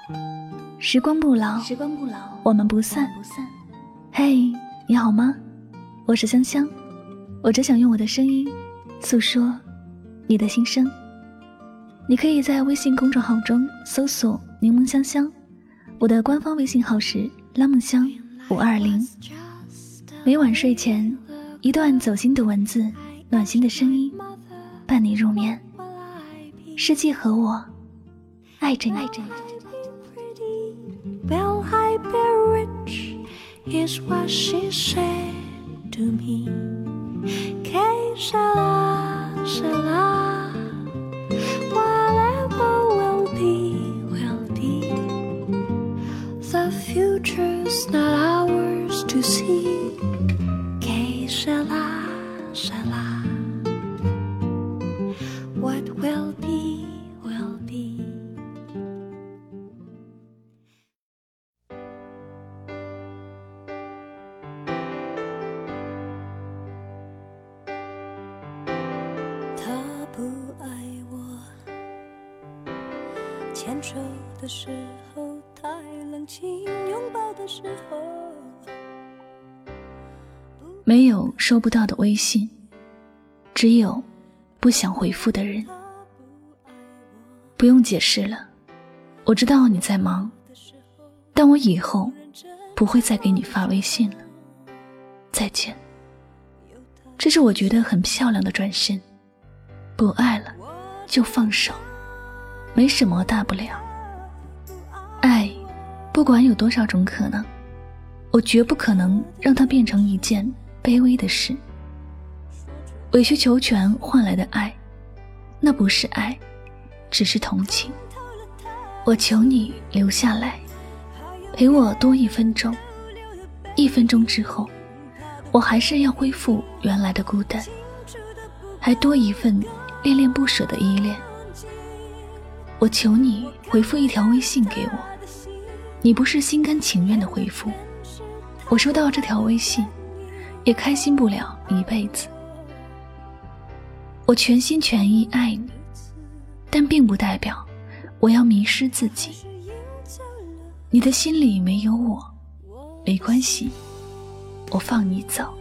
时光不老，我们不散。嘿，你好吗？我是香香，我只想用我的声音诉说你的心声。你可以在微信公众号中搜索柠檬香香，我的官方微信号是拉梦香520。每晚睡前一段走心的文字，暖心的声音，伴你入眠。世纪和我爱着你。 Will I be rich is what she said to me. Que sera, sera. Whatever will be, will be. The future's not ours to see. Que sera, sera. What will be, will be.牵手的时候太冷清，拥抱的时候没有收不到的微信，只有不想回复的人。不用解释了，我知道你在忙，但我以后不会再给你发微信了。再见。这是我觉得很漂亮的转身。不爱了就放手，没什么大不了。爱不管有多少种可能，我绝不可能让它变成一件卑微的事。委曲求全换来的爱，那不是爱，只是同情。我求你留下来，陪我多1分钟。1分钟之后，我还是要恢复原来的孤单，还多一份恋恋不舍的依恋。我求你回复一条微信给我，你不是心甘情愿的回复，我收到这条微信也开心不了一辈子。我全心全意爱你，但并不代表我要迷失自己。你的心里没有我，没关系，我放你走。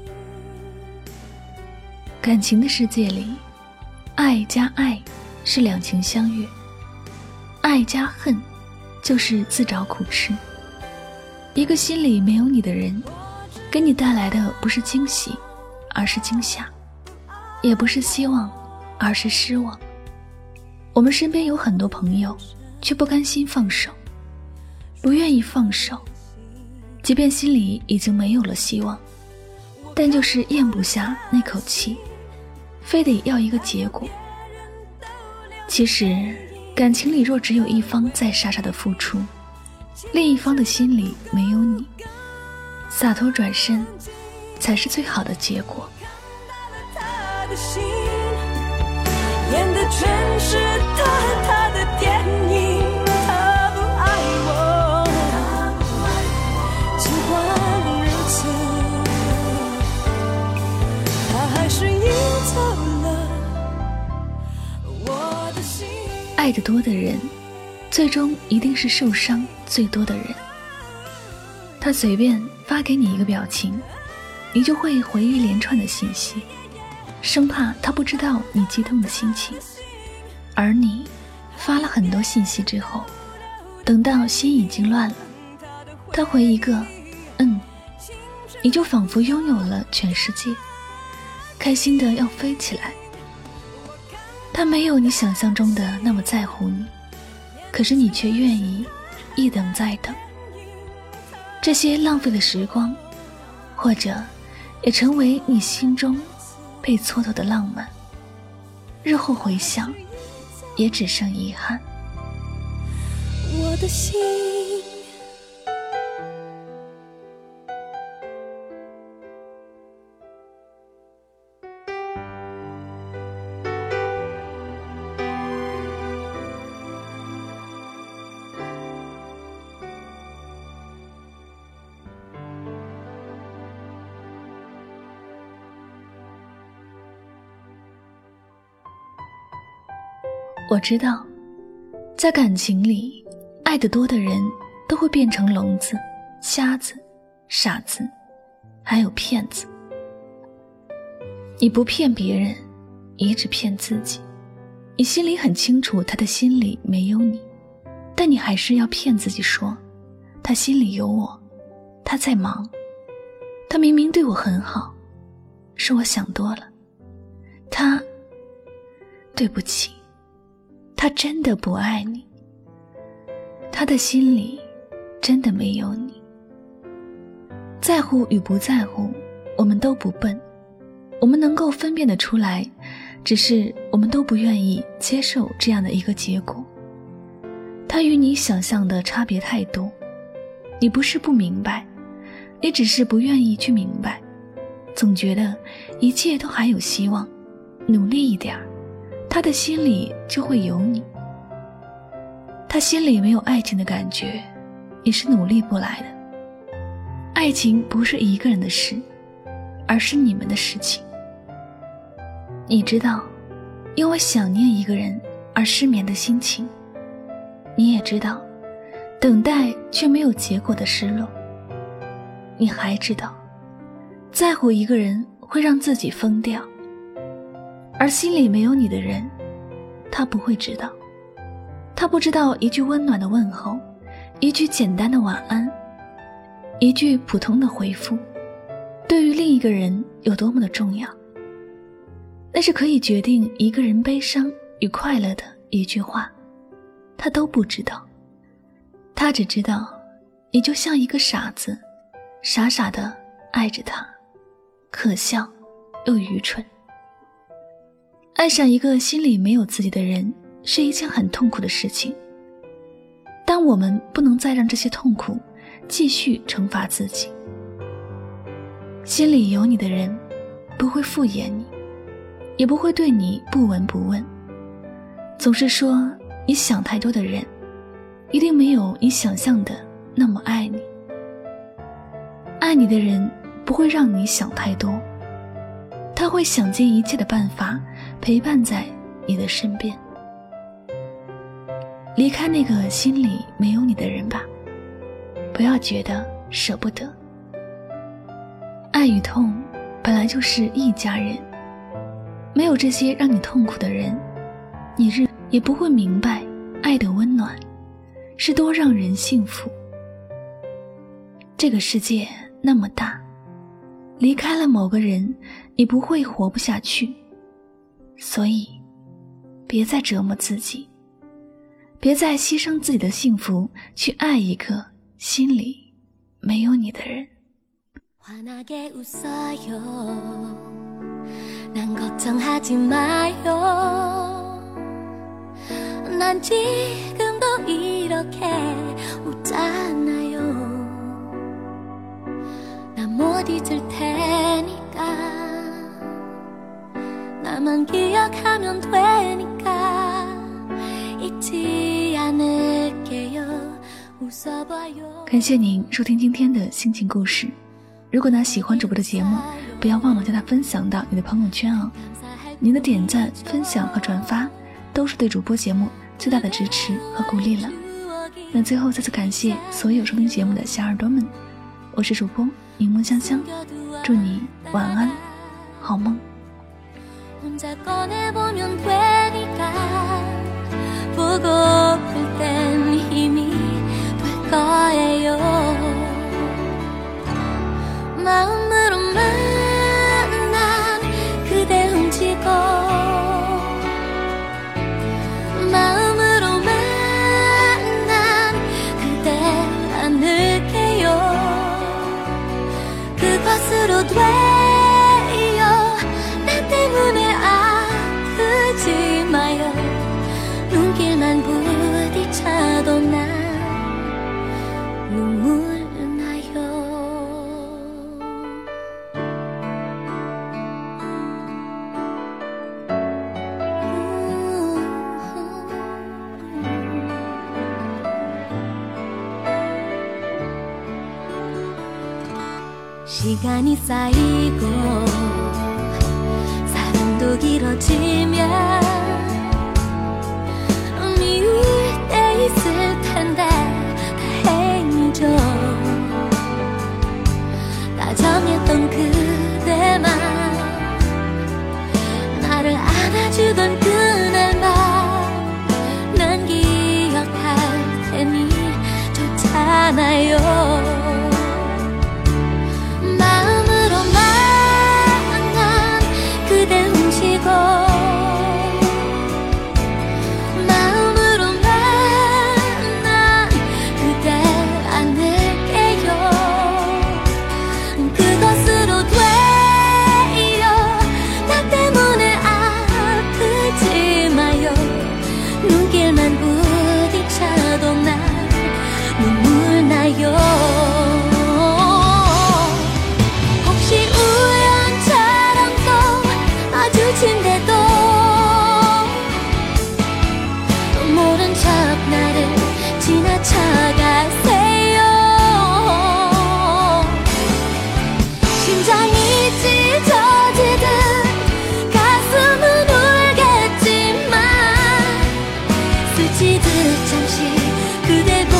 感情的世界里，爱加爱是两情相悦，爱加恨就是自找苦吃。一个心里没有你的人，给你带来的不是惊喜，而是惊吓，也不是希望，而是失望。我们身边有很多朋友，却不甘心放手，不愿意放手，即便心里已经没有了希望，但就是咽不下那口气，非得要一个结果。其实感情里若只有一方在傻傻的付出，另一方的心里没有你，洒脱转身才是最好的结果。 他的心演的全是他的电影，他不爱我，尽管如此，他还是赢走了我的心。 爱得多的人，最终一定是受伤最多的人。他随便发给你一个表情，你就会回一连串的信息，生怕他不知道你激动的心情。而你发了很多信息之后，等到心已经乱了，他回一个你就仿佛拥有了全世界，开心的要飞起来。他没有你想象中的那么在乎你，可是你却愿意一等再等。这些浪费的时光，或者也成为你心中被蹉跎的浪漫，日后回想也只剩遗憾。 我的心我知道，在感情里，爱爱得多的人都会变成聋子、瞎子、傻子，还有骗子。你不骗别人，也只骗自己。你心里很清楚他的心里没有你，但你还是要骗自己说他心里有我，他在忙，他明明对我很好，是我想多了。对不起，他真的不爱你，他的心里真的没有你。在乎与不在乎，我们都不笨，我们能够分辨得出来，只是我们都不愿意接受这样的一个结果。它与你想象的差别太多，你不是不明白，你只是不愿意去明白，总觉得一切都还有希望，努力一点，他的心里就会有你。他心里没有爱情的感觉，也是努力不来的。爱情不是一个人的事，而是你们的事情。你知道，因为想念一个人而失眠的心情，你也知道，等待却没有结果的失落。你还知道，在乎一个人会让自己疯掉，而心里没有你的人，他不会知道。他不知道一句温暖的问候，一句简单的晚安，一句普通的回复，对于另一个人有多么的重要。那是可以决定一个人悲伤与快乐的一句话，他都不知道。他只知道你就像一个傻子，傻傻地爱着他，可笑又愚蠢。爱上一个心里没有自己的人是一件很痛苦的事情，但我们不能再让这些痛苦继续惩罚自己。心里有你的人不会敷衍你，也不会对你不闻不问。总是说你想太多的人，一定没有你想象的那么爱你。爱你的人不会让你想太多，他会想尽一切的办法陪伴在你的身边。离开那个心里没有你的人吧，不要觉得舍不得。爱与痛本来就是一家人，没有这些让你痛苦的人，你也不会明白爱的温暖是多让人幸福。这个世界那么大，离开了某个人，你不会活不下去。所以别再折磨自己，别再牺牲自己的幸福去爱一个心里没有你的人。 환하게 웃어요. 난 걱정하지 마요. 난 지금도 이렇게 웃잖아요. 난 못 잊을 테니까 나만 기억하면 되니까 잊지 않을게요. 웃어봐요. 感谢您收听今天的心情故事。如果呢喜欢主播的节目，不要忘了将它分享到你的朋友圈哦。您的点赞、分享和转发都是对主播节目最大的支持和鼓励了。那最后再次感谢所有收听节目的小耳朵们，我是主播柠檬香香，祝你晚安，好梦。 혼자 꺼내보면 되니까 보고플 땐 힘이 될 거예요. 마음으로만 난 그대 훔치고 마음으로만 난 그대 안을게요. 그것으로 돼요. 나 때문에 아프지 마요. 눈길만 부딪혀도 난 눈물 시간이 쌓이고 사랑도 길어지면 미울 때 있을 텐데 않아요. 마음으로만 난 그댈 훔치고 마음으로만 난 그댈 안을게요. 그것으로 돼요. 나 때문에 아프지 마요. 눈길만 부딪혀도 난 눈물 나요. 혹시 우연처럼 또 마주친데도 모른 척 나를 지나쳐가세요. 심장이 찢어지듯 가슴은 울겠지만 스치듯 잠시 그댈